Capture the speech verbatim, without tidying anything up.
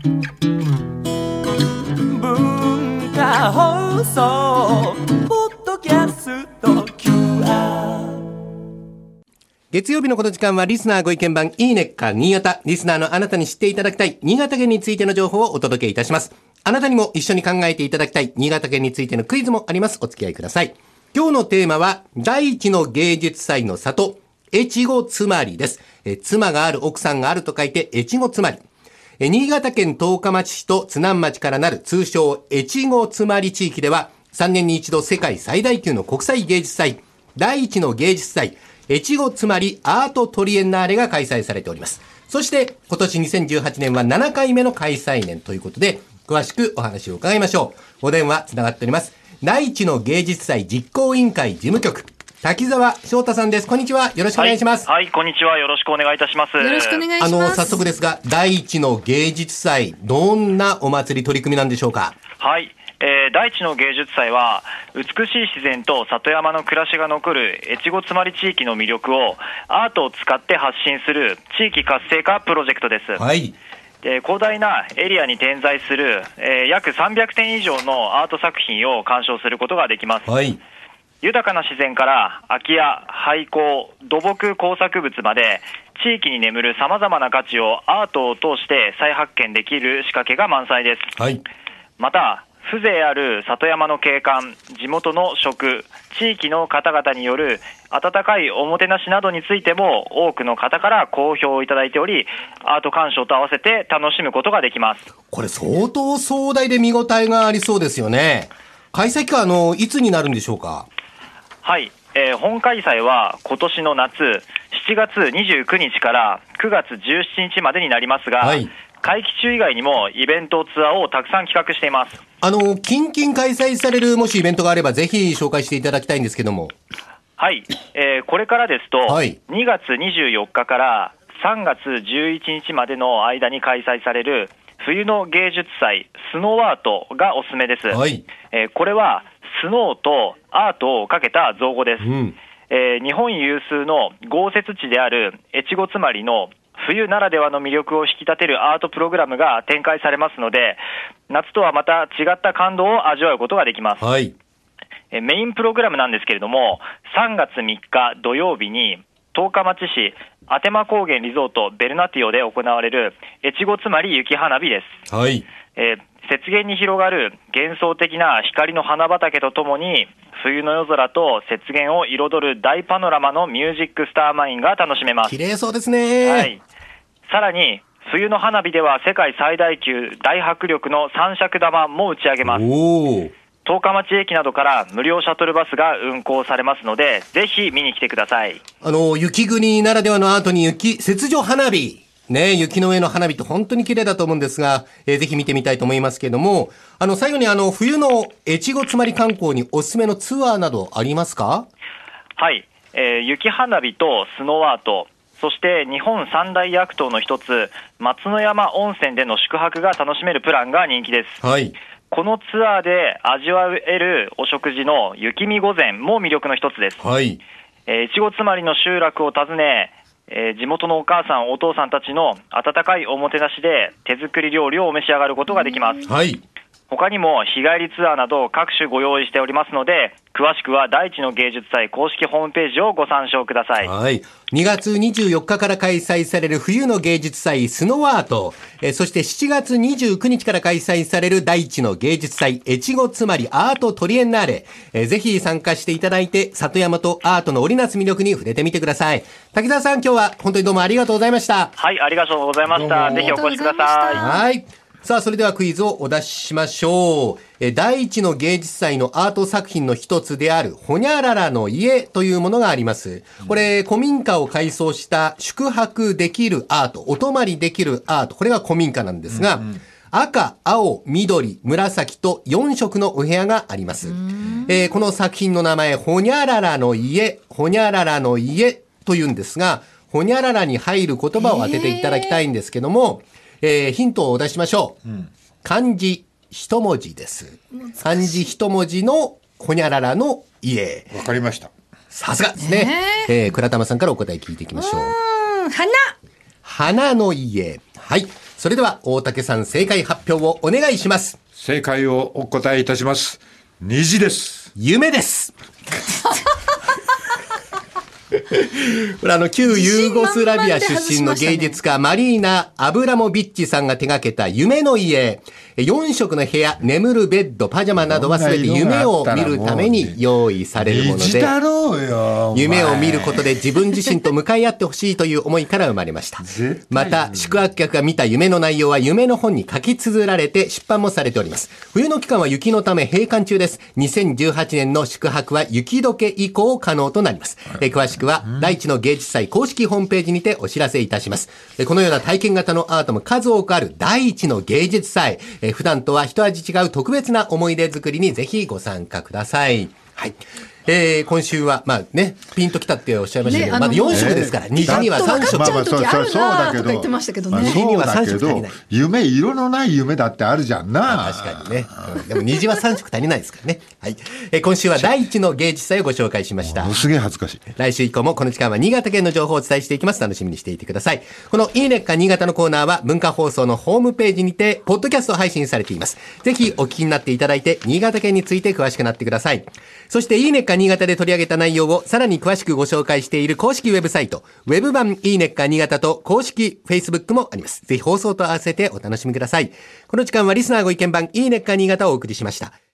文化放送ポッドキャスト キューアール。 月曜日のこの時間はリスナーご意見番いいねっか新潟。リスナーのあなたに知っていただきたい新潟県についての情報をお届けいたします。あなたにも一緒に考えていただきたい新潟県についてのクイズもあります。お付き合いください。今日のテーマは第一の芸術祭の里、越後つまりです。え妻がある、奥さんがあると書いて越後つまり。え新潟県十日町市と津南町からなる通称越後つまり地域ではさんねんに一度世界最大級の国際芸術祭、第一の芸術祭越後つまりアートトリエンナーレが開催されております。そして今年にせんじゅうはちねんはななかいめの開催年ということで、詳しくお話を伺いましょう。お電話つながっております。第一の芸術祭実行委員会事務局、滝沢翔太さんです。こんにちは。よろしくお願いします。 はい、はい、こんにちは。よろしくお願いいたします。 よろしくお願いします。 あの、早速ですが、第一の芸術祭、どんなお祭り取り組みなんでしょうか。 はい。えー、第一の芸術祭は美しい自然と里山の暮らしが残る越後つまり地域の魅力をアートを使って発信する地域活性化プロジェクトです。 はい。 で、広大なエリアに点在する、えー、約さんびゃくてん以上のアート作品を鑑賞することができます。 はい。 豊かな自然から空き家、廃校、土木工作物まで地域に眠る様々な価値をアートを通して再発見できる仕掛けが満載です。 はい。 また風情ある里山の景観、地元の食、地域の方々による温かいおもてなしなどについても多くの方から好評をいただいており、アート鑑賞と合わせて楽しむことができます。 これ相当壮大で見応えがありそうですよね。開催期間、あの、いつになるんでしょうか。 はい、えー、本開催は今年の夏しちがつにじゅうくにちからくがつじゅうしちにちまでになりますが、はい、会期中以外にもイベントツアーをたくさん企画しています。 あの近々開催されるもしイベントがあればぜひ紹介していただきたいんですけども。 はい、えー、これからですと、はい、にがつにじゅうよっかからさんがつじゅういちにちまでの間に開催される冬の芸術祭スノーアートがおすすめです。はい、えー、これはスノーとアートをかけた造語です。うん、えー、日本有数の豪雪地である越後つまりの冬ならではの魅力を引き立てるアートプログラムが展開されますので、夏とはまた違った感動を味わうことができます。はい、えメインプログラムなんですけれども、さんがつみっか土曜日に十日町市あてま高原リゾートベルナティオで行われる越後つまり雪花火です。はい、えー、雪原に広がる幻想的な光の花畑とともに冬の夜空と雪原を彩る大パノラマのミュージックスターマインが楽しめます。 綺麗そうですね。 はい、さらに冬の花火では世界最大級大迫力の三尺玉も打ち上げます。お十日町駅などから無料シャトルバスが運行されますので、ぜひ見に来てください。 あの雪国ならではのアートに雪雪上花火ね、雪の上の花火って本当に綺麗だと思うんですが、えー、ぜひ見てみたいと思いますけれども、あの最後にあの冬の越後つまり観光におすすめのツアーなどありますか？ はい、えー、雪花火とスノーアート、そして日本三大薬湯の一つ松之山温泉での宿泊が楽しめるプランが人気です。はい、このツアーで味わえるお食事の雪見御膳も魅力の一つです。はい、えー、越後つまりの集落を訪ね、えー、地元のお母さんお父さんたちの温かいおもてなしで手作り料理をお召し上がることができます。はい、他にも日帰りツアーなど各種ご用意しておりますので、詳しくは第一の芸術祭公式ホームページをご参照ください。 はい、にがつにじゅうよっかから開催される冬の芸術祭スノーアート、えそしてしちがつにじゅうくにちから開催される第一の芸術祭越後つまりアートトリエンナーレ、えぜひ参加していただいて里山とアートの織りなす魅力に触れてみてください。滝沢さん、今日は本当にどうもありがとうございました。 はい、ありがとうございました。ぜひお越しください。 はい、さあそれではクイズをお出ししましょう。え第一の芸術祭のアート作品の一つであるほにゃららの家というものがあります。これ古民家を改装した宿泊できるアート、お泊まりできるアート、これが古民家なんですが、うんうん、赤、青、緑、紫とよんしょくのお部屋があります。えー、この作品の名前ほにゃららの家、ほにゃららの家というんですが、ほにゃららに入る言葉を当てていただきたいんですけども、えー、ヒントをお出しましょう。うん、漢字一文字です。漢字一文字のほにゃららの家。 わかりました。 さすがですね。えー、えー、倉玉さんからお答え聞いていきましょう。 うーん、花。 花の家。はい。 それでは大竹さん、正解発表をお願いします。 正解をお答えいたします。虹です。 夢です。これあの旧ユーゴスラビア出身の芸術家マリーナ・アブラモビッチさんが手掛けた夢の家。よん色の部屋、眠るベッド、パジャマなどはすべて夢を見るために用意されるもので、夢を見ることで自分自身と向かい合ってほしいという思いから生まれました。また宿泊客が見た夢の内容は夢の本に書き綴られて出版もされております。冬の期間は雪のため閉館中です。にせんじゅうはちねんの宿泊は雪解け以降可能となります。え詳しくは第一の芸術祭公式ホームページにてお知らせいたします。このような体験型のアートも数多くある第一の芸術祭。普段とは一味違う特別な思い出作りにぜひご参加ください。はい。えー、今週は、まあね、ピンときたっておっしゃいましたけど、ね、まだよん色ですから、虹にはさん色。 まあまあ、そうそうそうだけど、 虹にはさん色足りない。 夢、色のない夢だってあるじゃんな。 確かにね。でも虹はさん色足りないですからね。はい。えー、今週は第一の芸術祭をご紹介しました。 すげえ恥ずかしい。 来週以降もこの時間は新潟県の情報をお伝えしていきます。楽しみにしていてください。このいいねっか新潟のコーナーは文化放送のホームページにて、ポッドキャスト配信されています。ぜひお聞きになっていただいて、新潟県について詳しくなってください。そしていいねっか新潟で取り上げた内容をさらに詳しくご紹介している公式ウェブサイト、ウェブ版いいねっか新潟と公式 Facebook もあります。ぜひ放送と合わせてお楽しみください。この時間はリスナーご意見版いいねっか新潟をお送りしました。